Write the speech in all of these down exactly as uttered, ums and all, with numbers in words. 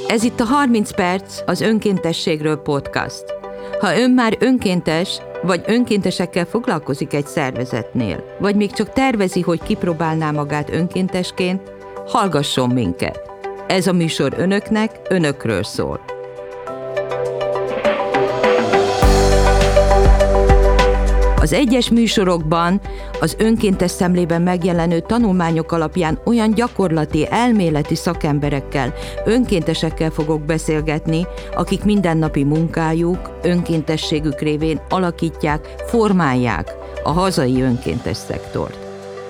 Ez itt a harminc perc az önkéntességről podcast. Ha ön már önkéntes, vagy önkéntesekkel foglalkozik egy szervezetnél, vagy még csak tervezi, hogy kipróbálná magát önkéntesként, hallgasson minket. Ez a műsor önöknek, önökről szól. Az egyes műsorokban az önkéntes szemlében megjelenő tanulmányok alapján olyan gyakorlati, elméleti szakemberekkel, önkéntesekkel fogok beszélgetni, akik mindennapi munkájuk, önkéntességük révén alakítják, formálják a hazai önkéntes szektort.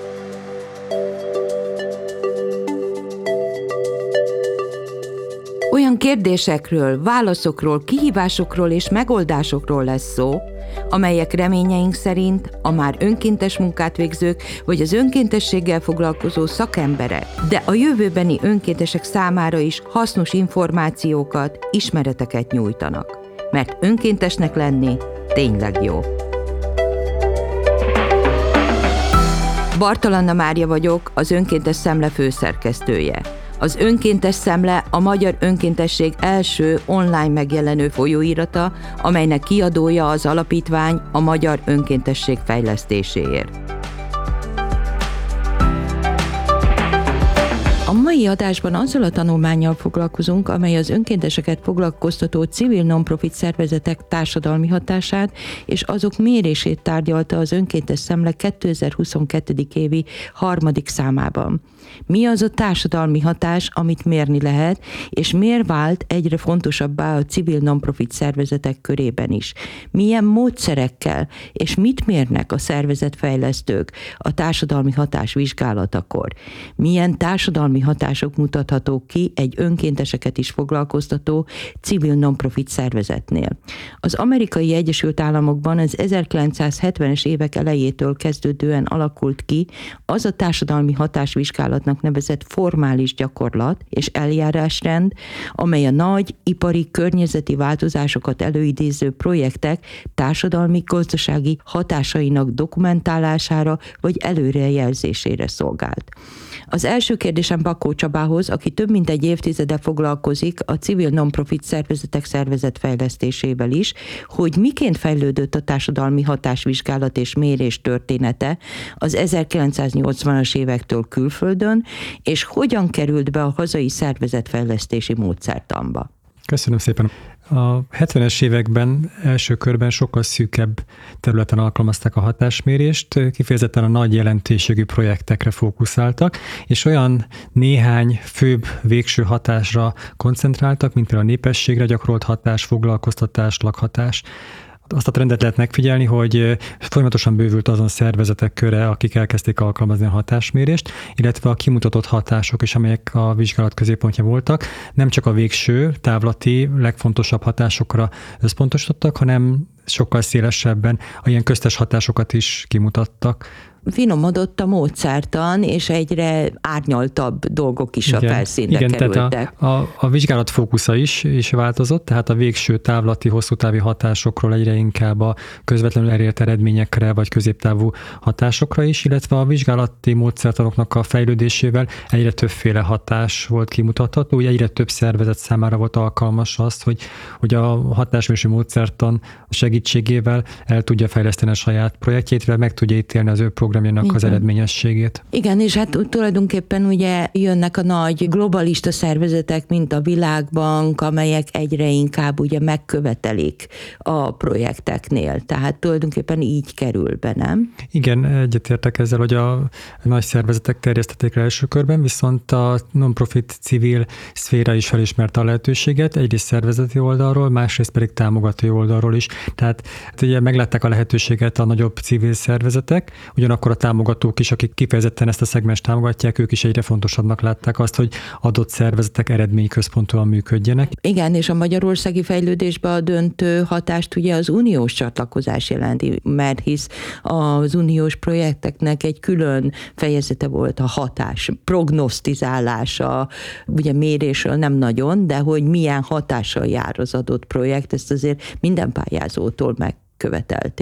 Olyan kérdésekről, válaszokról, kihívásokról és megoldásokról lesz szó, amelyek reményeink szerint a már önkéntes munkát végzők vagy az önkéntességgel foglalkozó szakemberek, de a jövőbeni önkéntesek számára is hasznos információkat, ismereteket nyújtanak. Mert önkéntesnek lenni tényleg jó. Bartalanna Mária vagyok, az Önkéntes Szemle főszerkesztője. Az Önkéntes Szemle a magyar önkéntesség első online megjelenő folyóirata, amelynek kiadója az alapítvány a magyar önkéntesség fejlesztéséért. A mai adásban azzal a tanulmánnyal foglalkozunk, amely az önkénteseket foglalkoztató civil non-profit szervezetek társadalmi hatását és azok mérését tárgyalta az Önkéntes Szemle kétezer-huszonkettő. évi harmadik számában. Mi az a társadalmi hatás, amit mérni lehet, és miért vált egyre fontosabbá a civil non-profit szervezetek körében is? Milyen módszerekkel és mit mérnek a szervezetfejlesztők a társadalmi hatás vizsgálatakor? Milyen társadalmi hatások mutathatók ki egy önkénteseket is foglalkoztató civil non-profit szervezetnél? Az Amerikai Egyesült Államokban az ezerkilencszázhetvenes évek elejétől kezdődően alakult ki az a társadalmi hatásvizsgálatnak nevezett formális gyakorlat és eljárásrend, amely a nagy ipari környezeti változásokat előidéző projektek társadalmi-gazdasági hatásainak dokumentálására vagy előrejelzésére szolgált. Az első kérdésem Bakó Csabához, aki több mint egy évtizede foglalkozik a civil non-profit szervezetek szervezetfejlesztésével is, hogy miként fejlődött a társadalmi hatásvizsgálat és mérés története az ezerkilencszáznyolcvanas évektől külföldön, és hogyan került be a hazai szervezetfejlesztési módszertanba. Köszönöm szépen. A hetvenes években első körben sokkal szűkebb területen alkalmazták a hatásmérést, kifejezetten a nagy jelentőségű projektekre fókuszáltak, és olyan néhány főbb végső hatásra koncentráltak, mint például a népességre gyakorolt hatás, foglalkoztatás, lakhatás. Azt a trendet lehet megfigyelni, hogy folyamatosan bővült azon szervezetek köre, akik elkezdték alkalmazni a hatásmérést, illetve a kimutatott hatások is, amelyek a vizsgálat középpontja voltak, nem csak a végső, távlati, legfontosabb hatásokra összpontosítottak, hanem sokkal szélesebben a ilyen köztes hatásokat is kimutattak. Finomodott a módszertan, és egyre árnyaltabb dolgok is igen, a felszínre igen, kerültek. Tehát a, a, a vizsgálat fókusza is, is változott, tehát a végső távlati, hosszútávi hatásokról egyre inkább a közvetlenül elért eredményekre, vagy középtávú hatásokra is, illetve a vizsgálati módszertanoknak a fejlődésével egyre többféle hatás volt kimutatható, ugye egyre több szervezet számára volt alkalmas az, hogy, hogy a hatásmérési módszertan segítségével el tudja fejleszteni a saját projektjét, illetve meg tudja ítélni az ő programjának igen. az eredményességét. Igen, és hát tulajdonképpen ugye jönnek a nagy globalista szervezetek, mint a Világbank, amelyek egyre inkább ugye megkövetelik a projekteknél. Tehát tulajdonképpen így kerül be, nem? Igen, egyetértek ezzel, hogy a nagy szervezetek terjesztették le első körben, viszont a non-profit civil szféra is felismerte a lehetőséget, egyrészt szervezeti oldalról, másrészt pedig támogató oldalról is. Tehát ugye meglátták a lehetőséget a nagyobb civil szervezetek, ugyanakkor a támogatók is, akik kifejezetten ezt a szegmest támogatják, ők is egyre fontosabbnak látták azt, hogy adott szervezetek eredményközpontúan működjenek. Igen, és a magyarországi fejlődésben a döntő hatást ugye az uniós csatlakozás jelenti, mert hisz az uniós projekteknek egy külön fejezete volt a hatás, prognosztizálása, ugye mérésről nem nagyon, de hogy milyen hatással jár az adott projekt, ezt azért minden pályázótól megkövetelték.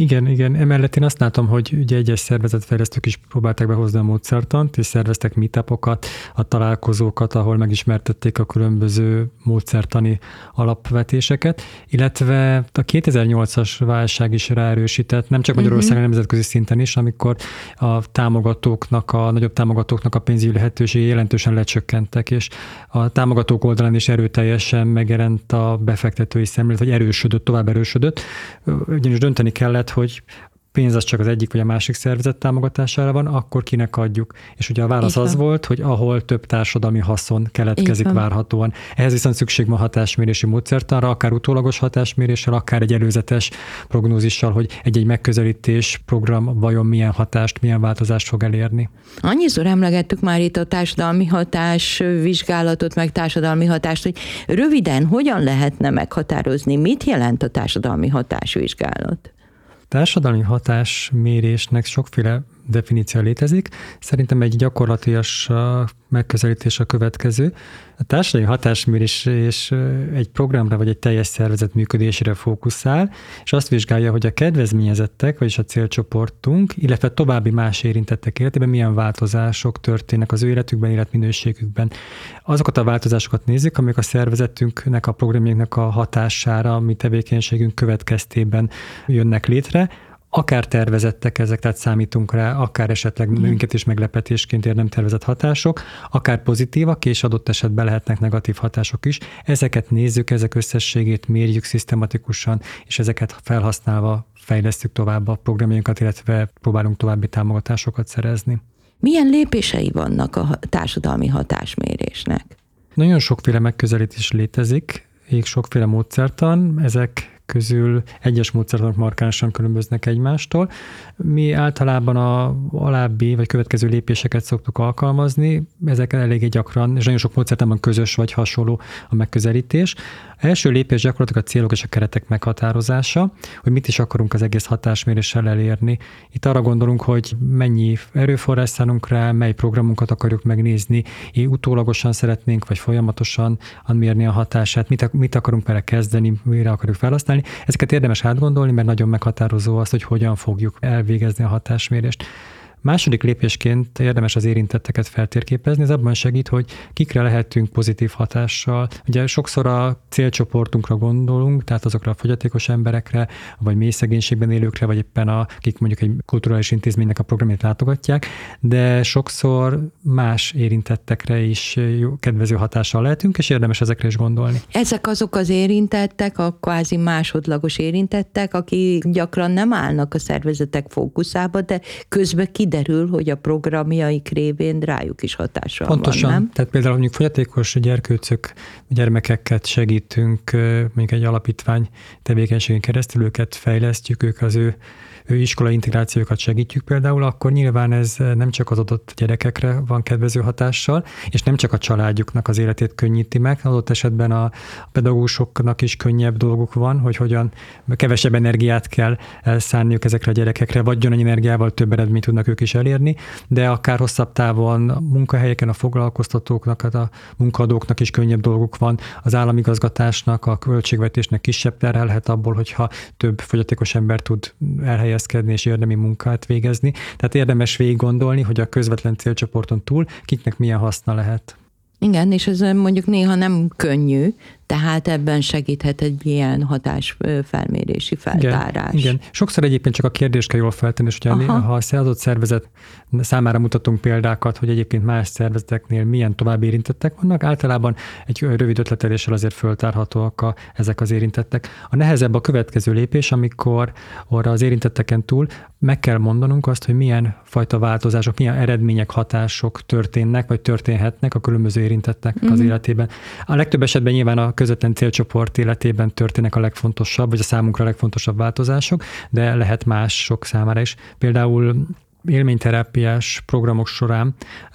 Igen, igen. Emellett én azt látom, hogy ugye egyes szervezetfejlesztők is próbálták behozni a módszertant, és szerveztek meetupokat, a találkozókat, ahol megismertették a különböző módszertani alapvetéseket, illetve a kétezer-nyolcas válság is ráerősített, nem csak Magyarországon, uh-huh. nemzetközi szinten is, amikor a támogatóknak, a nagyobb támogatóknak a pénzügyi lehetőségei jelentősen lecsökkentek, és a támogatók oldalán is erőteljesen megjelent a befektetői szemlélet, vagy erősödött, tovább erősödött. Ugyanis dönteni kellett, hogy pénz az csak az egyik vagy a másik szervezet támogatására van, akkor kinek adjuk. És ugye a válasz az volt, hogy ahol több társadalmi haszon keletkezik várhatóan. Ehhez viszont szükség van hatásmérési módszertanra, akár utólagos hatásméréssel, akár egy előzetes prognózissal, hogy egy-egy megközelítés program vajon milyen hatást, milyen változást fog elérni. Annyiszor emlegettük már itt a társadalmi hatás vizsgálatot, meg társadalmi hatást, hogy röviden hogyan lehetne meghatározni, mit jelent a társadalmi hatásvizsgálat? Társadalmi hatásmérésnek sokféle definíció létezik. Szerintem egy gyakorlatias megközelítés a következő. A társadalmi hatásmérés és egy programra vagy egy teljes szervezet működésére fókuszál, és azt vizsgálja, hogy a kedvezményezettek, vagyis a célcsoportunk, illetve további más érintettek életében milyen változások történnek az ő életükben, életminőségükben. Azokat a változásokat nézzük, amik a szervezetünknek, a programjainknak a hatására, mi tevékenységünk következtében jönnek létre. Akár tervezettek ezek, tehát számítunk rá, akár esetleg minket is meglepetésként ér nem tervezett hatások, akár pozitívak, és adott esetben lehetnek negatív hatások is. Ezeket nézzük, ezek összességét mérjük szisztematikusan, és ezeket felhasználva fejlesztjük tovább a programjainkat, illetve próbálunk további támogatásokat szerezni. Milyen lépései vannak a társadalmi hatásmérésnek? Nagyon sokféle megközelítés létezik, így sokféle módszertan, ezek közül egyes módszertanok markánsan különböznek egymástól. Mi általában a alábbi vagy következő lépéseket szoktuk alkalmazni, ezek eléggé gyakran, és nagyon sok módszertanban közös vagy hasonló a megközelítés. A első lépés gyakorlatilag a célok és a keretek meghatározása, hogy mit is akarunk az egész hatásméréssel elérni. Itt arra gondolunk, hogy mennyi erőforrás szánunk rá, mely programunkat akarjuk megnézni, és utólagosan szeretnénk, vagy folyamatosan mérni a hatását, mit, mit akarunk vele kezdeni, mire akarjuk felhasználni. Ezeket érdemes átgondolni, mert nagyon meghatározó az, hogy hogyan fogjuk elvégezni a hatásmérést. Második lépésként érdemes az érintetteket feltérképezni, ez abban segít, hogy kikre lehetünk pozitív hatással. Ugye sokszor a célcsoportunkra gondolunk, tehát azokra a fogyatékos emberekre, vagy mély szegénységben élőkre, vagy éppen a, akik mondjuk egy kulturális intézménynek a programját látogatják, de sokszor más érintettekre is jó, kedvező hatással lehetünk, és érdemes ezekre is gondolni. Ezek azok az érintettek, a kvázi másodlagos érintettek, akik gyakran nem állnak a szervezetek fókuszába, de közben ki derül, hogy a programjaik révén rájuk is hatással Pontosan. van, nem? Tehát például mondjuk fogyatékos gyerkőcök, gyermekeket segítünk, mondjuk egy alapítvány tevékenységén keresztül őket fejlesztjük, ők az ő ő iskolai integrációkat segítjük például, akkor nyilván ez nem csak az adott gyerekekre van kedvező hatással, és nem csak a családjuknak az életét könnyíti meg, adott esetben a pedagógusoknak is könnyebb dolguk van, hogy hogyan kevesebb energiát kell elszánniuk ezekre a gyerekekre, vagy ugyanannyi energiával több eredményt tudnak ők is elérni, de akár hosszabb távon a munkahelyeken a foglalkoztatóknak, a munkaadóknak is könnyebb dolguk van, az államigazgatásnak, a költségvetésnek kisebb terhelhet abból, hogyha több fogyatékos ember tud elhelyezni és érdemi munkát végezni. Tehát érdemes végig gondolni, hogy a közvetlen célcsoporton túl kiknek milyen haszna lehet. Igen, és ez mondjuk néha nem könnyű, tehát ebben segíthet egy ilyen hatásfelmérési feltárás. Igen, igen. Sokszor egyébként csak a kérdést kell jól feltenni, és ugye ha a adott szervezet számára mutatunk példákat, hogy egyébként más szervezeteknél milyen további érintettek vannak, általában egy rövid ötleteléssel azért föltárhatóak a, ezek az érintettek. A nehezebb a következő lépés, amikor arra az érintetteken túl meg kell mondanunk azt, hogy milyen fajta változások, milyen eredmények, hatások történnek, vagy történhetnek a különböző érintettek mm-hmm. az életében. A legtöbb esetben nyilván a közvetlen célcsoport életében történnek a legfontosabb, vagy a számunkra a legfontosabb változások, de lehet mások számára is. Például élményterápiás programok során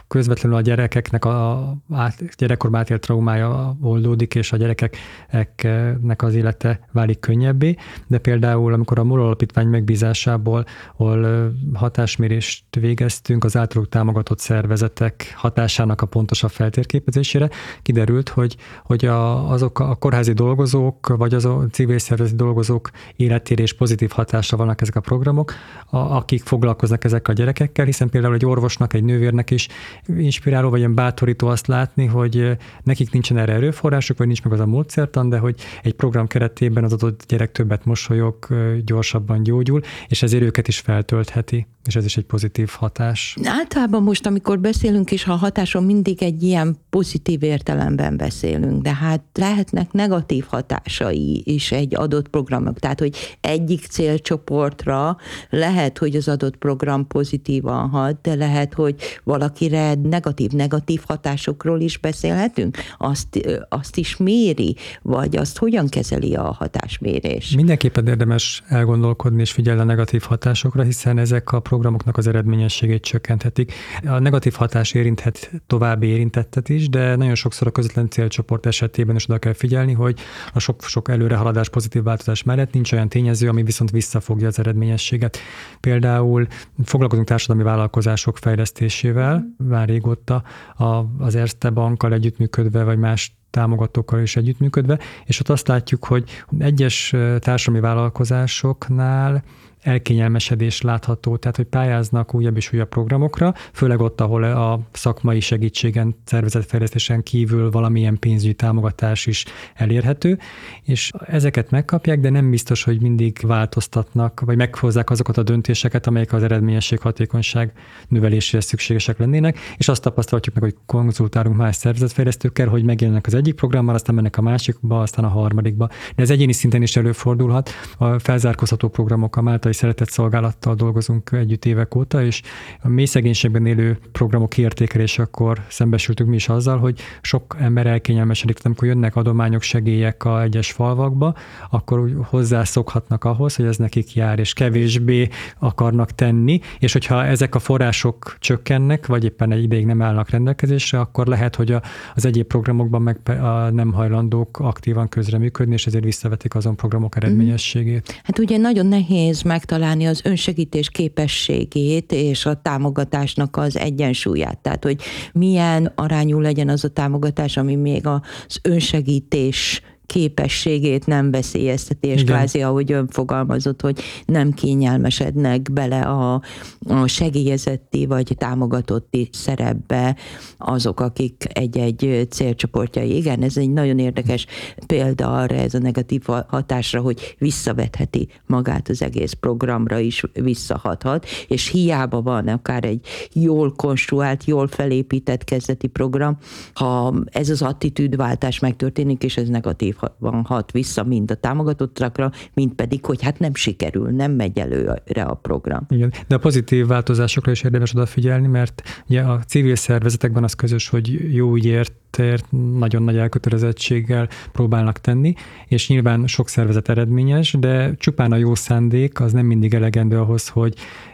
közvetlenül a gyerekeknek a gyerekkorban átélt traumája oldódik, és a gyerekeknek az élete válik könnyebbé, de például amikor a MOL Alapítvány megbízásából, ahol hatásmérést végeztünk az általuk támogatott szervezetek hatásának a pontosabb feltérképezésére, kiderült, hogy, hogy a, azok a kórházi dolgozók, vagy az a civil szervezeti dolgozók életére és pozitív hatásra vannak ezek a programok, a, akik foglalkoznak ezekkel a gyerekekkel, hiszen például egy orvosnak, egy nővérnek is inspiráló, vagy ilyen bátorító azt látni, hogy nekik nincsen erre erőforrásuk, vagy nincs meg az a módszertan, de hogy egy program keretében az adott gyerek többet mosolyog, gyorsabban gyógyul, és ezért őket is feltöltheti, és ez is egy pozitív hatás. Általában most, amikor beszélünk is a hatáson, mindig egy ilyen pozitív értelemben beszélünk, de hát lehetnek negatív hatásai is egy adott programnak. Tehát, hogy egyik célcsoportra lehet, hogy az adott program pozitívan hat, de lehet, hogy valakire negatív, negatív hatásokról is beszélhetünk. Azt, azt is méri, vagy azt hogyan kezeli a hatásmérés? Mindenképpen érdemes elgondolkodni és figyelni a negatív hatásokra, hiszen ezek a programoknak az eredményességét csökkenthetik. A negatív hatás érinthet további érintettet is, de nagyon sokszor a közvetlen célcsoport esetében is oda kell figyelni, hogy a sok-sok előrehaladás, pozitív változás mellett nincs olyan tényező, ami viszont visszafogja az eredményességet. Például foglalkozunk társadalmi vállalkozások fejlesztésével, már régóta az Erste Bankkal együttműködve, vagy más támogatókkal is együttműködve, és ott azt látjuk, hogy egyes társadalmi vállalkozásoknál elkényelmesedés látható, tehát hogy pályáznak újabb és újabb programokra, főleg ott, ahol a szakmai segítségen, szervezetfejlesztésen kívül valamilyen pénzügyi támogatás is elérhető, és ezeket megkapják, de nem biztos, hogy mindig változtatnak, vagy meghozzák azokat a döntéseket, amelyek az eredményesség, hatékonyság növelésére szükségesek lennének, és azt tapasztalhatjuk meg, hogy konzultálunk más szervezetfejlesztőkkel, hogy megjelennek az egyik programmal, aztán mennek a másikba, aztán a harmadikba. De ez egyéni szinten is előfordulhat. A felzárkóztató programok, a Máltai Szeretett Szolgálattal dolgozunk együtt évek óta, és a mély szegénységben élő programok kiértékelésekor szembesültünk mi is azzal, hogy sok ember elkényelmesedik, tehát amikor jönnek adományok, segélyek a egyes falvakba, akkor úgy hozzászokhatnak ahhoz, hogy ez nekik jár, és kevésbé akarnak tenni, és hogyha ezek a források csökkennek, vagy éppen egy ideig nem állnak rendelkezésre, akkor lehet, hogy a, az egyéb programokban meg a nem hajlandók aktívan közreműködni, és ezért visszavetik azon programok eredményességét. Hát ugye nagyon nehéz megtalálni az önsegítés képességét és a támogatásnak az egyensúlyát. Tehát, hogy milyen arányú legyen az a támogatás, ami még az önsegítés képességét nem veszélyezteti, és kvázi, ahogy ön fogalmazott, hogy nem kényelmesednek bele a, a segélyezetti vagy támogatotti szerepbe azok, akik egy-egy célcsoportjai. Igen, ez egy nagyon érdekes példa arra, ez a negatív hatásra, hogy visszavetheti magát az egész programra is visszahathat, és hiába van akár egy jól konstruált, jól felépített kezdeti program, ha ez az attitűdváltás megtörténik, és ez negatív van hat vissza mind a támogatottakra, mind pedig, hogy hát nem sikerül, nem megy előre a program. Igen, de a pozitív változásokra is érdemes odafigyelni, mert ugye a civil szervezetekben az közös, hogy jó ügyért nagyon nagy elkötelezettséggel próbálnak tenni, és nyilván sok szervezet eredményes, de csupán a jó szándék az nem mindig elegendő ahhoz, hogy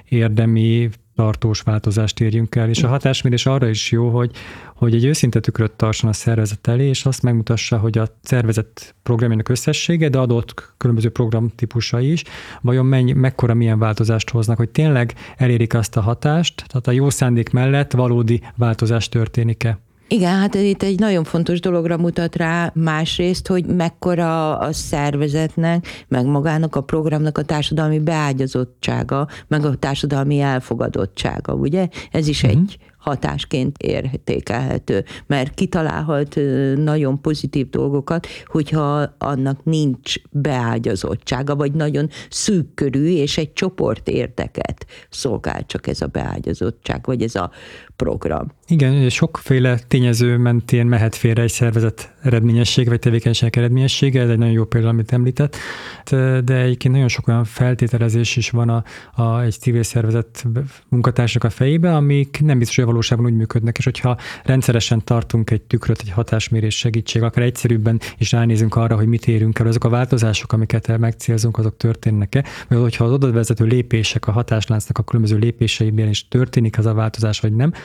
érdemi tartós változást érjünk el, és a hatásmérés arra is jó, hogy, hogy egy őszinte tükröt tartson a szervezet elé, és azt megmutassa, hogy a szervezet programjának összessége, de adott különböző programtípusai is, vajon mennyi, mekkora milyen változást hoznak, hogy tényleg elérik azt a hatást, tehát a jó szándék mellett valódi változás történik-e. Igen, hát itt egy nagyon fontos dologra mutat rá másrészt, hogy mekkora a szervezetnek, meg magának a programnak a társadalmi beágyazottsága, meg a társadalmi elfogadottsága, ugye? Ez is uh-huh. egy hatásként értékelhető, mert kitalálhat nagyon pozitív dolgokat, hogyha annak nincs beágyazottsága, vagy nagyon szűk körű, és egy csoport érdeket szolgál csak ez a beágyazottság, vagy ez a program. Igen, sokféle tényező mentén mehet félre egy szervezet eredményessége, vagy tevékenység eredményessége, ez egy nagyon jó példa, amit említett, de egyébként nagyon sok olyan feltételezés is van a, a, egy civil szervezet munkatársak a fejébe, amik nem biztos, hogy a valóságban úgy működnek, és hogyha rendszeresen tartunk egy tükröt, egy hatásmérés segítség, akár egyszerűbben is ránézünk arra, hogy mit érünk el, azok a változások, amiket megcélzunk, azok történnek-e, vagy hogyha az oda vezető lépések, a hatásláncnak a különböző lépéseiben is történik az a változás, vagy nem,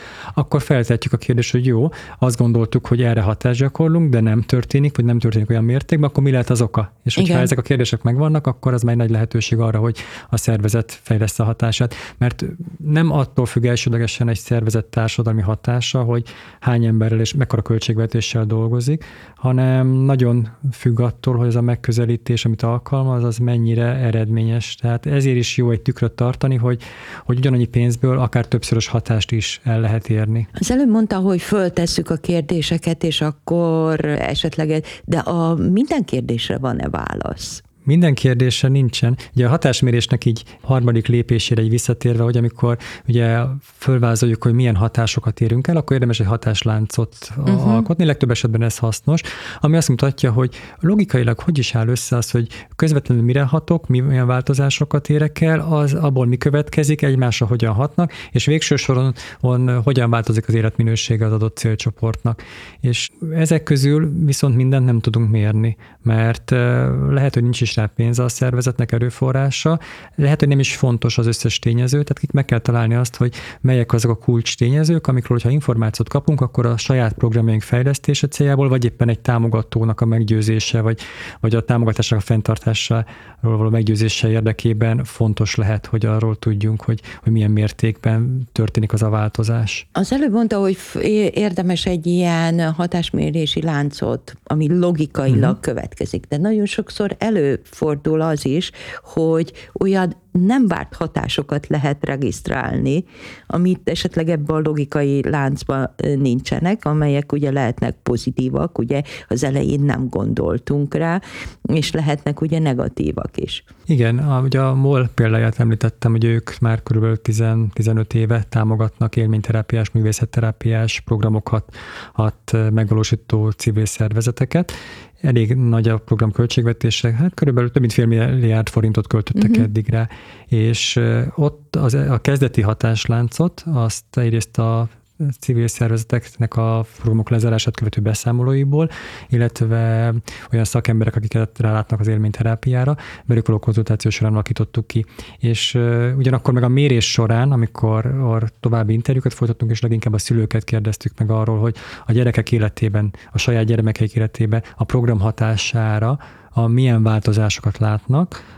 akkor feltetjük a kérdést, hogy jó, azt gondoltuk, hogy erre hatást gyakorlunk, de nem történik, vagy nem történik olyan mértékben, akkor mi lehet az oka? És hogyha Igen. ezek a kérdések megvannak, akkor az már egy nagy lehetőség arra, hogy a szervezet fejleszte a hatását. Mert nem attól függ elsődlegesen egy szervezet társadalmi hatása, hogy hány emberrel és mekkora költségvetéssel dolgozik, hanem nagyon függ attól, hogy ez a megközelítés, amit alkalmaz, az mennyire eredményes. Tehát ezért is jó egy tükröt tartani, hogy, hogy ugyanannyi pénzből akár többszörös hatást is el lehet érni. Az előbb mondta, hogy föltesszük a kérdéseket, és akkor esetleg, de a minden kérdésre van-e válasz? Minden kérdésre nincsen. Ugye a hatásmérésnek így harmadik lépésére egy visszatérve, hogy amikor ugye fölvázoljuk, hogy milyen hatásokat érünk el, akkor érdemes egy hatásláncot uh-huh. alkotni, legtöbb esetben ez hasznos, ami azt mutatja, hogy logikailag hogy is áll össze az, hogy közvetlenül mire hatok, milyen változásokat érek el, az abból mi következik, egymásra hogyan hatnak, és végső soron on, hogyan változik az életminősége az adott célcsoportnak. És ezek közül viszont mindent nem tudunk mérni, mert lehet, hogy nincs is rá pénze a szervezetnek, erőforrása. Lehet, hogy nem is fontos az összes tényező, tehát itt meg kell találni azt, hogy melyek azok a kulcs tényezők, amikről, hogyha információt kapunk, akkor a saját programjaink fejlesztése céljából, vagy éppen egy támogatónak a meggyőzése, vagy, vagy a támogatásnak a fenntartásáról való meggyőzése érdekében fontos lehet, hogy arról tudjunk, hogy, hogy milyen mértékben történik az a változás. Az előbb mondta, hogy érdemes egy ilyen hatásmérési láncot, ami logikailag uh-huh. következik, de nagyon sokszor előfordul az is, hogy olyan nem várt hatásokat lehet regisztrálni, amit esetleg ebben a logikai láncban nincsenek, amelyek ugye lehetnek pozitívak, ugye az elején nem gondoltunk rá, és lehetnek ugye negatívak is. Igen, a, ugye a MOL példáját említettem, hogy ők már kb. tíz-tizenöt éve támogatnak élményterápiás, művészetterápiás programokat hat megvalósító civil szervezeteket. Elég nagy a program költségvetése, hát körülbelül több mint fél milliárd forintot költöttek uh-huh. eddig rá, és ott az, a kezdeti hatásláncot, azt egyrészt a civil szervezeteknek a programok lezárását követő beszámolóiból, illetve olyan szakemberek, akiket rálátnak az élményterápiára, velük való konzultáció során alakítottuk ki. És uh, ugyanakkor meg a mérés során, amikor or, további interjúkat folytattunk, és leginkább a szülőket kérdeztük meg arról, hogy a gyerekek életében, a saját gyermekeik életében a program hatására a milyen változásokat látnak,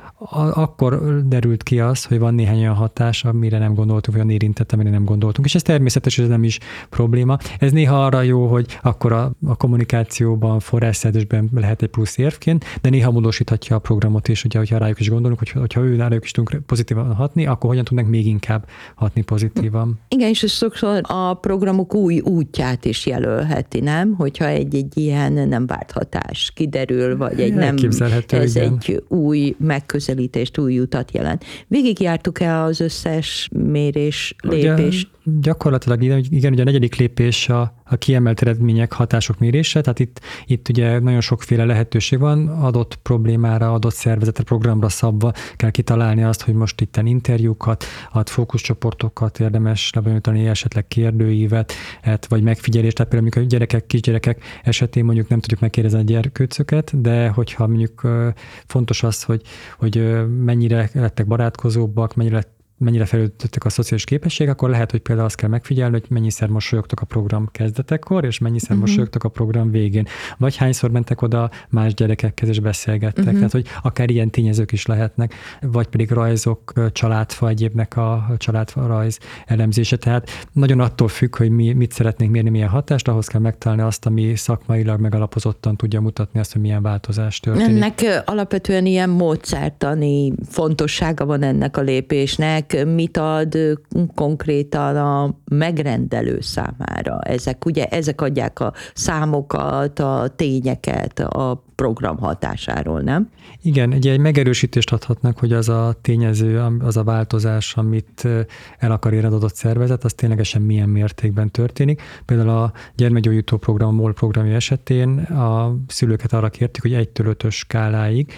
akkor derült ki az, hogy van néhány olyan hatás, amire nem gondoltunk, vagy olyan érintett, amire nem gondoltunk. És ez természetes, ez nem is probléma. Ez néha arra jó, hogy akkor a, a kommunikációban, forrásszedésben lehet egy plusz érvként, de néha módosíthatja a programot is, ugye, hogyha rájuk is gondolunk, hogy, hogyha ő rájuk is tudunk pozitívan hatni, akkor hogyan tudnak még inkább hatni pozitívan. Igen, és sokszor a programok új útját is jelölheti, nem? Hogyha egy-egy ilyen nem várt hatás kiderül, vagy egy nem, ez igen. egy új megközelítés, új utat jelent. Végigjártuk el az összes mérés lépést? Ugye, gyakorlatilag igen, ugye a negyedik lépés a, a kiemelt eredmények, hatások mérése, tehát itt, itt ugye nagyon sokféle lehetőség van, adott problémára, adott szervezetre, programra szabva kell kitalálni azt, hogy most itten interjúkat, ad fókuszcsoportokat érdemes lebonyolítani, esetleg kérdőívet, vagy megfigyelést, tehát például amikor a gyerekek, kisgyerekek esetén mondjuk nem tudjuk megkérdezni a gyerkőcöket, de hogyha mondjuk fontos az, hogy, hogy mennyire lettek barátkozóbbak, mennyire lett mennyire fejlődtek a szociális képességek, akkor lehet, hogy például azt kell megfigyelni, hogy mennyiszer mosolyogtak a program kezdetekor, és mennyiszer uh-huh. mosolyogtak a program végén. Vagy hányszor mentek oda más gyerekekhez, és beszélgettek. Uh-huh. Tehát, hogy akár ilyen tényezők is lehetnek, vagy pedig rajzok, családfa egyébnek a családfa rajz elemzése. Tehát nagyon attól függ, hogy mi mit szeretnénk mérni, milyen hatást, ahhoz kell megtalálni azt, ami szakmailag megalapozottan tudja mutatni azt, hogy milyen változás történik. Ennek alapvetően ilyen módszertani fontossága van ennek a lépésnek, mit ad konkrétan a megrendelő számára. Ezek ugye, ezek adják a számokat, a tényeket a program hatásáról, nem? Igen, ugye egy megerősítést adhatnak, hogy az a tényező, az a változás, amit el akar érni az adott szervezet, az ténylegesen milyen mértékben történik. Például a gyermekgyógyító program, a MOL programja esetén a szülőket arra kértük, hogy egytől ötös skáláig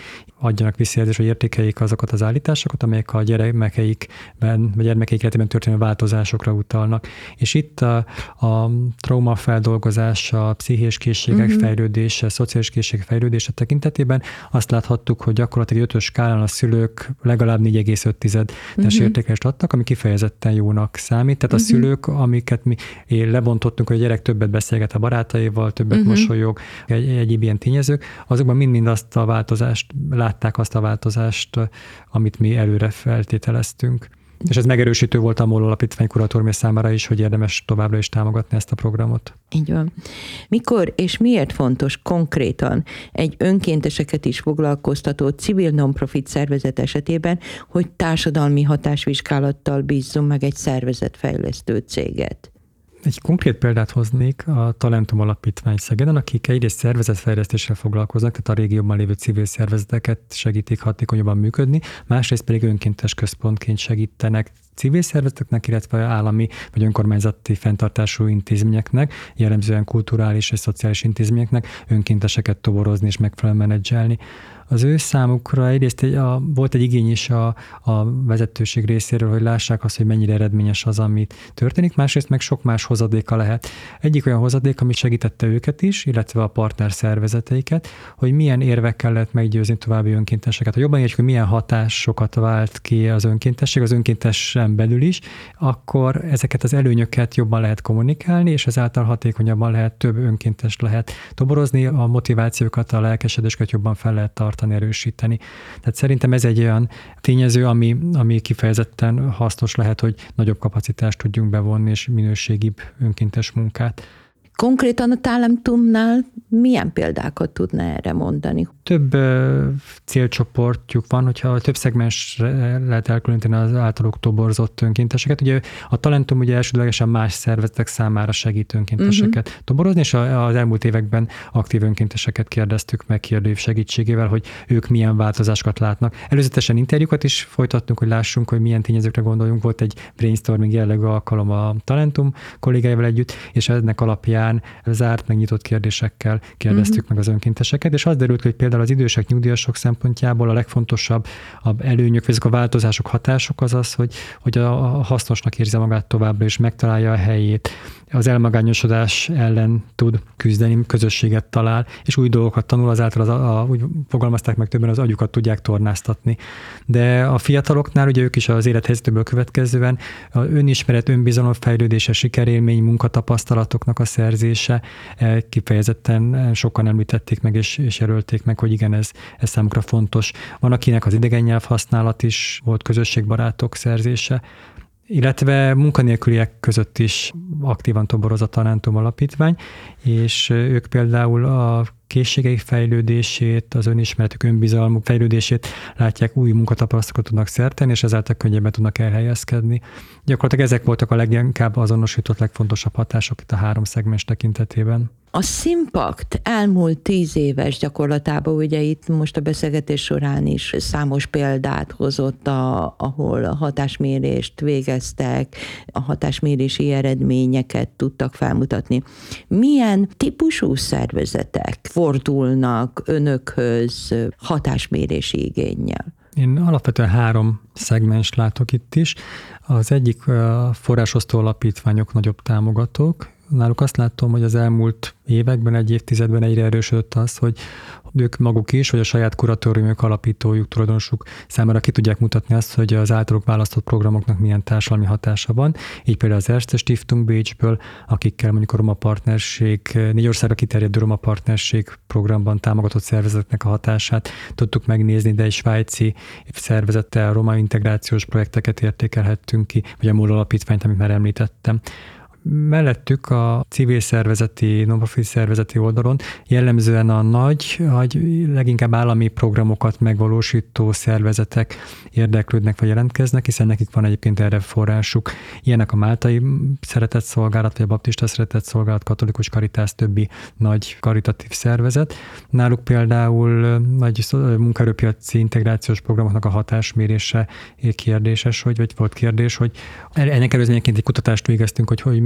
adjanak visszajelzést, hogy értékeljék azokat az állításokat, amelyek a gyermekeikben, vagy gyermekeik életében történő változásokra utalnak. És itt a, a trauma feldolgozása, a pszichés készségek uh-huh. fejlődése, szociális készségek fejlődése tekintetében azt láthattuk, hogy gyakorlatilag ötös skálán a szülők legalább négy egész öt tizedes uh-huh. értékelést adtak, ami kifejezetten jónak számít. Tehát uh-huh. a szülők, amiket mi lebontottunk, hogy a gyerek többet beszélget a barátaival, többet uh-huh. mosolyog, egy, egyéb ilyen tényezők, azokban mind-mind azt a változást, látták azt a változást, amit mi előre feltételeztünk. És ez megerősítő volt a MOL Alapítvány kuratóriumja számára is, hogy érdemes továbbra is támogatni ezt a programot. Így van. Mikor és miért fontos konkrétan egy önkénteseket is foglalkoztató civil non-profit szervezet esetében, hogy társadalmi hatásvizsgálattal bízzon meg egy szervezetfejlesztő céget? Egy konkrét példát hoznék, a Talentum Alapítvány Szegeden, akik egyrészt szervezetfejlesztéssel foglalkoznak, tehát a régióban lévő civil szervezeteket segítik hatékonyabban működni, másrészt pedig önkéntes központként segítenek civil szervezeteknek, illetve állami vagy önkormányzati fenntartású intézményeknek, jellemzően kulturális és szociális intézményeknek önkénteseket toborozni és megfelelően menedzselni. Az ő számukra egyrészt egy, a, volt egy igény is a, a vezetőség részéről, hogy lássák azt, hogy mennyire eredményes az, amit történik, másrészt meg sok más hozadéka lehet. Egyik olyan hozadék, ami segítette őket is, illetve a partner szervezeteiket, hogy milyen érvekkel lehet meggyőzni további önkénteseket. Ha jobban értjük, hogy milyen hatásokat vált ki az önkéntesség, az önkéntesen belül is, akkor ezeket az előnyöket jobban lehet kommunikálni, és ezáltal hatékonyabban lehet, több önkéntest lehet toborozni, a motivációkat, a lelkesedéseket jobban fel lehet tartani, erősíteni. Tehát szerintem ez egy olyan tényező, ami, ami kifejezetten hasznos lehet, hogy nagyobb kapacitást tudjunk bevonni, és minőségibb önkéntes munkát. Konkrétan a Talentumnál milyen példákat tudna erre mondani? Több uh, célcsoportjuk van, hogyha több szegmensre lehet elkülöníteni az általuk toborzott önkénteseket. Ugye a Talentum ugye elsődlegesen más szervezetek számára segít önkénteseket uh-huh. toborozni, és az elmúlt években aktív önkénteseket kérdeztük meg kérdőív segítségével, hogy ők milyen változásokat látnak. Előzetesen interjúkat is folytattunk, hogy lássunk, hogy milyen tényezőkre gondoljunk. Volt egy brainstorming jellegű alkalom a Talentum kollégáival együtt, és ennek alapján zárt, megnyitott kérdésekkel kérdeztük uh-huh. meg az önkénteseket, és az derült, hogy például az idősek, nyugdíjasok szempontjából a legfontosabb a előnyök, vagy ezek a változások, hatások az az, hogy, hogy a hasznosnak érzi magát továbbra, és megtalálja a helyét. Az elmagányosodás ellen tud küzdeni, közösséget talál, és új dolgokat tanul, azáltal az, a, a, úgy fogalmazták meg többen, az agyukat tudják tornáztatni. De a fiataloknál, ugye ők is az élethelyzetből következően a önismeret, önbizalom fejlődése, sikerélmény, munkatapasztalatoknak a szerzése kifejezetten sokan említették meg, és, és jelölték meg, hogy igen, ez, ez számukra fontos. Van, akinek az idegen nyelv használat is volt, közösségbarátok szerzése, illetve munkanélküliek között is aktívan toboroz a Talentum Alapítvány, és ők például a készségeik fejlődését, az önismeretük, önbizalmuk fejlődését látják, új munkatapasztalatokat tudnak szerteni, és ezáltal könnyebben tudnak elhelyezkedni. Gyakorlatilag ezek voltak a leginkább azonosított legfontosabb hatások itt a három szegmens tekintetében. A Szimpact elmúlt tíz éves gyakorlatában, ugye itt most a beszélgetés során is számos példát hozott, a, ahol a hatásmérést végeztek, a hatásmérési eredményeket tudtak felmutatni. Milyen típusú szervezetek fordulnak önökhöz hatásmérési igénnyel? Én alapvetően három szegmens látok itt is. Az egyik a forrásosztó alapítványok, nagyobb támogatók. Náluk azt látom, hogy az elmúlt években, egy évtizedben egyre erősödött az, hogy ők maguk is, vagy a saját kuratóriumok, alapítójuk, tulajdonosuk számára ki tudják mutatni azt, hogy az általuk választott programoknak milyen társadalmi hatása van. Így például az Erste Stiftung Bécsből, akikkel mondjuk a Roma Partnerség, négy országra kiterjedő Roma Partnerség programban támogatott szervezetnek a hatását tudtuk megnézni, de egy svájci szervezettel a roma integrációs projekteket értékelhettünk ki, vagy a MOL Alapítványt, amit már említettem. Mellettük a civil szervezeti, non-profit szervezeti oldalon jellemzően a nagy, vagy leginkább állami programokat megvalósító szervezetek érdeklődnek vagy jelentkeznek, hiszen nekik van egyébként erre forrásuk. Ilyenek a Máltai Szeretett Szolgálat, vagy a Baptista Szeretett Szolgálat, Katolikus Karitász, többi nagy karitatív szervezet. Náluk például nagy munkaerőpiaci integrációs programoknak a hatásmérése kérdéses, hogy, vagy volt kérdés, hogy ennek előzményeként egy kutatást végeztünk, hogy, hogy mi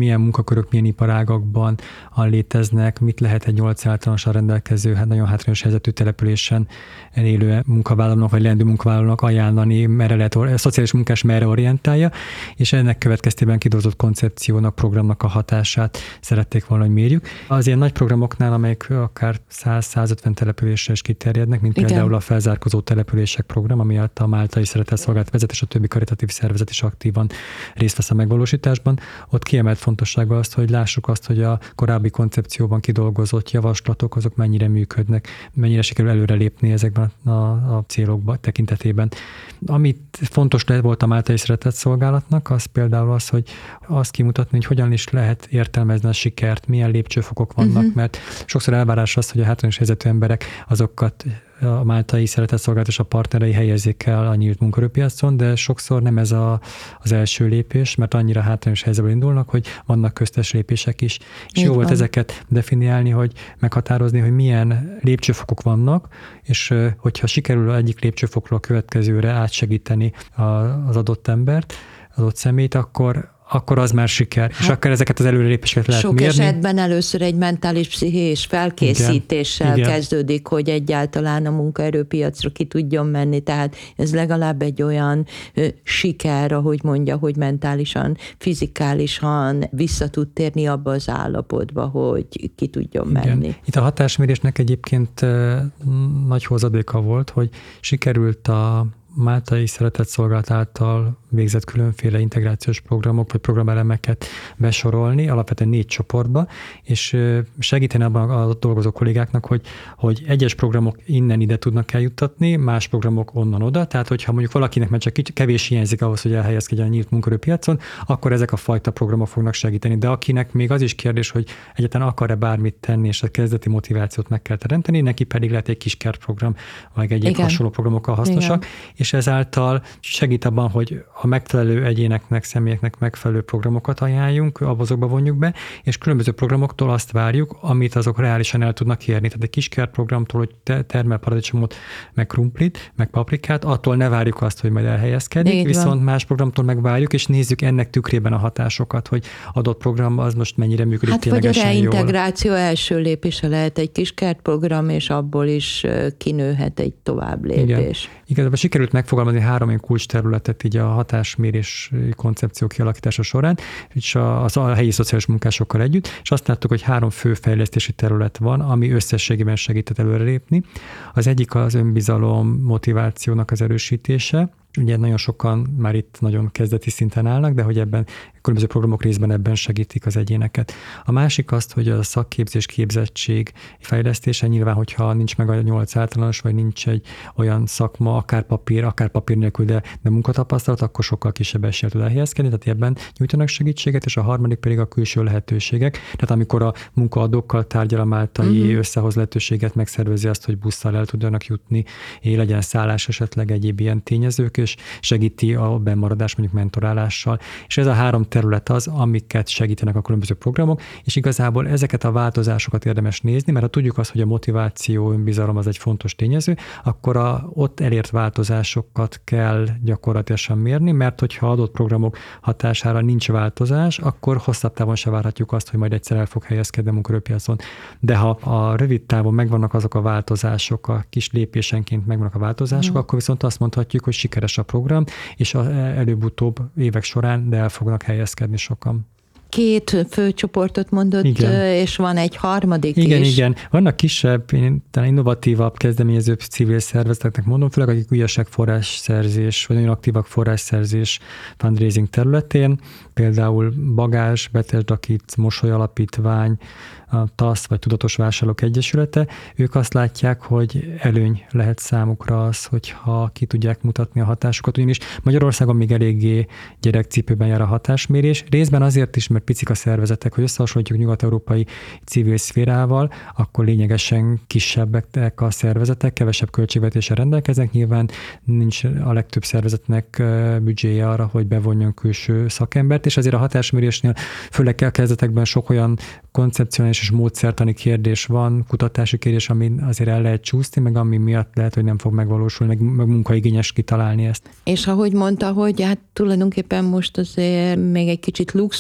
milyen munkakörök, milyen iparágakban léteznek, mit lehet egy nyolc általánosan rendelkező, hát nagyon hátrányos helyzetű településen élő munkavállalónak, vagy leendő munkavállalónak ajánlani, merre lehet, a szociális munkás merre orientálja, és ennek következtében kidolgozott koncepciónak, programnak a hatását szerették volna, hogy mérjük. Az ilyen nagy programoknál, amelyek akár száz-százötven településre is kiterjednek, mint Igen. például a felzárkózó települések program, ami a Máltai Szeretetszolgálat vezet, és a többi karitatív szervezet is aktívan részt vesz a megvalósításban. Ott kiemelt fontossága azt, hogy lássuk azt, hogy a korábbi koncepcióban kidolgozott javaslatok, azok mennyire működnek, mennyire sikerül előrelépni ezekben a, a célokban tekintetében. Amit fontos lehet volt a Máltai Szeretetszolgálatnak, az például az, hogy azt kimutatni, hogy hogyan is lehet értelmezni a sikert, milyen lépcsőfokok vannak, uh-huh. mert sokszor elvárás az, hogy a hátrányos helyzetű emberek azokat a Máltai Szeretetszolgálat és a partnerei helyezzék el a nyílt munkaerőpiacon, de sokszor nem ez a, az első lépés, mert annyira hátrányos helyzetből indulnak, hogy vannak köztes lépések is. És jó volt ezeket definiálni, hogy meghatározni, hogy milyen lépcsőfokok vannak, és hogyha sikerül egyik lépcsőfokról a következőre átsegíteni az adott embert, az adott személyt, akkor akkor az már siker. Hát, és akkor ezeket az előrelépéseket lehet sok mérni. Sok esetben először egy mentális pszichés felkészítéssel Igen. kezdődik, Igen. hogy egyáltalán a munkaerőpiacra ki tudjon menni. Tehát ez legalább egy olyan ö, siker, ahogy mondja, hogy mentálisan, fizikálisan vissza tud térni abba az állapotba, hogy ki tudjon Igen. menni. Itt a hatásmérésnek egyébként ö, nagy hozadéka volt, hogy sikerült a Máltai Szeretetszolgálat által végzett különféle integrációs programok vagy programelemeket besorolni, alapvetően négy csoportba, és segíteni abban a dolgozó kollégáknak, hogy, hogy egyes programok innen ide tudnak eljuttatni, más programok onnan oda, tehát hogyha mondjuk valakinek már csak kevés hiányzik ahhoz, hogy elhelyezkedjen a nyílt munkaerőpiacon, akkor ezek a fajta programok fognak segíteni. De akinek még az is kérdés, hogy egyáltalán akar-e bármit tenni, és a kezdeti motivációt meg kell teremteni, neki pedig lehet egy kis kertprogram, vagy egyéb Igen. hasonló programokkal hasznosak, Igen. és ezáltal segít abban, hogy a megfelelő egyéneknek, személyeknek megfelelő programokat ajánljunk, azokba vonjuk be, és különböző programoktól azt várjuk, amit azok reálisan el tudnak érni. Tehát egy kis kertprogramtól, hogy termel paradicsomot, meg krumplit, meg paprikát, attól ne várjuk azt, hogy majd elhelyezkedik, Így viszont van. Más programtól megvárjuk, és nézzük ennek tükrében a hatásokat, hogy adott program az most mennyire működik hát ténylegesen jól. Hát vagy a reintegráció első lépése lehet egy kis kertprogram, és abból is kinőhet egy tovább lépés. Igen. Igazából sikerült megfogalmazni három ilyen kulcs területet így a hatásmérés koncepció kialakítása során, és a, az a helyi szociális munkásokkal együtt, és azt láttuk, hogy három fő fejlesztési terület van, ami összességében segített előrelépni. Az egyik az önbizalom, motivációnak az erősítése. Ugye nagyon sokan már itt nagyon kezdeti szinten állnak, de hogy ebben különböző programok részben ebben segítik az egyéneket. A másik azt, hogy a szakképzés, képzettség fejlesztése, nyilván, hogyha nincs meg a nyolc általános, vagy nincs egy olyan szakma, akár papír, akár papír nélkül, de, de munkatapasztalat, akkor sokkal kisebb eséllyel tud elhelyezkedni, tehát ebben nyújtanak segítséget, és a harmadik pedig a külső lehetőségek. Tehát amikor a munkaadókkal tárgyal a máltai, uh-huh. összehoz lehetőséget, megszervezi azt, hogy busszal el tudjanak jutni, legyen szállás esetleg egyéb ilyen tényezők, és segíti a bennmaradás mondjuk mentorálással. És ez a három terület az, amiket segítenek a különböző programok, és igazából ezeket a változásokat érdemes nézni, mert ha tudjuk azt, hogy a motiváció, önbizalom az egy fontos tényező, akkor a ott elért változásokat kell gyakorlatilag mérni, mert hogyha adott programok hatására nincs változás, akkor hosszabb távon se várhatjuk azt, hogy majd egyszer el fog helyezkedni a munkaerőpiacon. De ha a rövid távon megvannak azok a változások, a kis lépésenként megvannak a változások, mm. akkor viszont azt mondhatjuk, hogy sikeres a program, és előbb-utóbb évek során, de el fognak helyezkedni sokan. Két fő csoportot mondott, igen. és van egy harmadik igen, is. Igen, igen. Vannak kisebb, talán innovatívabb, kezdeményezőbb civil szervezeteknek mondom, főleg akik újaság forrásszerzés, vagy nagyon aktívak forrásszerzés fundraising területén, például Bagázs, Betesdakit, Mosoly Alapítvány, a TASZ vagy Tudatos Vásárlók Egyesülete, ők azt látják, hogy előny lehet számukra az, hogyha ki tudják mutatni a hatásukat, ugyanis Magyarországon még eléggé gyerekcipőben jár a hatásmérés, részben azért is, mert picik a szervezetek, hogy összehasonlítjuk nyugat-európai civil szférával, akkor lényegesen kisebbek a szervezetek, kevesebb költségvetéssel rendelkeznek, nyilván nincs a legtöbb szervezetnek büdzséje arra, hogy bevonjon külső szakembert, és azért a hatásmérésnél főleg a kezdetekben sok olyan koncepcionális és módszertani kérdés van, kutatási kérdés, ami azért el lehet csúszni, meg ami miatt lehet, hogy nem fog megvalósulni, meg, meg munkaigényes kitalálni ezt. És ahogy mondta, hogy hát tulajdonképpen most azért még egy kicsit luxusnak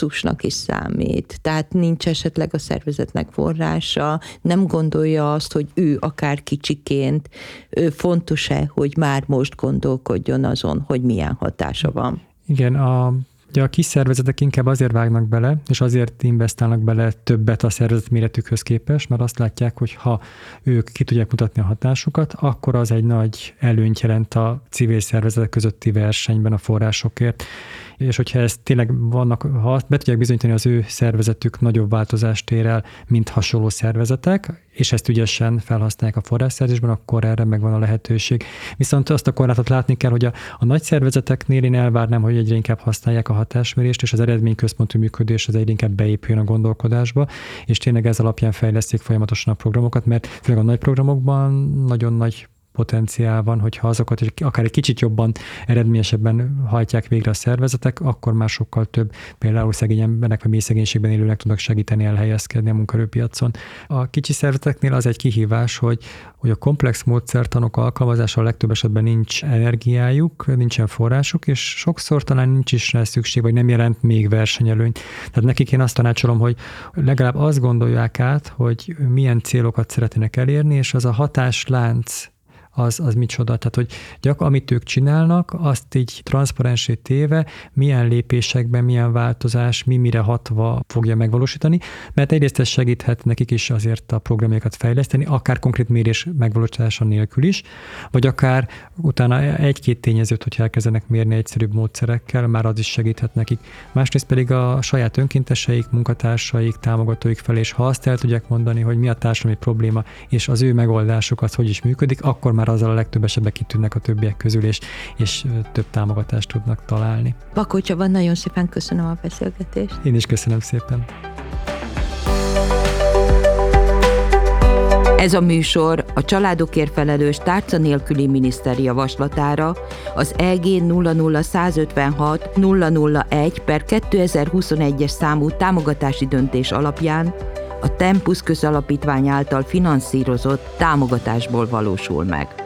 is számít. Tehát nincs esetleg a szervezetnek forrása, nem gondolja azt, hogy ő akár kicsiként fontos-e, hogy már most gondolkodjon azon, hogy milyen hatása van. Igen, a Ugye a kis szervezetek inkább azért vágnak bele, és azért investálnak bele többet a szervezet méretükhöz képest, mert azt látják, hogy ha ők ki tudják mutatni a hatásukat, akkor az egy nagy előnyt jelent a civil szervezetek közötti versenyben a forrásokért. És hogyha ez tényleg vannak, ha azt be tudják bizonyítani, az ő szervezetük nagyobb változást ér el, mint hasonló szervezetek, és ezt ügyesen felhasználják a forrásszerzésben, akkor erre megvan a lehetőség. Viszont azt a korlátot látni kell, hogy a, a nagy szervezeteknél én elvárnám, hogy egyre inkább használják a hatásmérést, és az eredményközpontú működés az egyre inkább beépüljön a gondolkodásba, és tényleg ez alapján fejlesztik folyamatosan a programokat, mert főleg a nagy programokban nagyon nagy potenciál van, hogyha azokat akár egy kicsit jobban, eredményesebben hajtják végre a szervezetek, akkor már sokkal több például szegény embernek, vagy mély szegénységben élőnek tudnak segíteni elhelyezkedni a munkaerőpiacon. A kicsi szervezeteknél az egy kihívás, hogy, hogy a komplex módszertanok alkalmazása a legtöbb esetben nincs energiájuk, nincsen forrásuk, és sokszor talán nincs is rá szükség, vagy nem jelent még versenyelőnyt. Tehát nekik én azt tanácsolom, hogy legalább azt gondolják át, hogy milyen célokat szeretnének elérni, és az a hatáslánc az, az micsoda. Tehát, hogy gyak, amit ők csinálnak, azt így transzparensé téve, milyen lépésekben, milyen változás, mi mire hatva fogja megvalósítani, mert egyrészt ez segíthet nekik is azért a programjukat fejleszteni, akár konkrét mérés megvalósítása nélkül is, vagy akár utána egy-két tényezőt, hogy elkezdenek mérni egyszerűbb módszerekkel, már az is segíthet nekik. Másrészt pedig a saját önkénteseik, munkatársaik, támogatóik felé, és ha azt el tudják mondani, hogy mi a társadalmi probléma, és az ő megoldásuk az hogy is működik, akkor már azzal a legtöbb esetben kitűnnek a többiek közül, és, és több támogatást tudnak találni. Bakó Csaba, nagyon szépen köszönöm a beszélgetést. Én is köszönöm szépen. Ez a műsor a családokért felelős tárca nélküli miniszter javaslatára, az E G nulla nulla egy ötvenhat nulla nulla egy per kétezer-huszonegyes számú támogatási döntés alapján a Tempus közalapítvány által finanszírozott támogatásból valósul meg.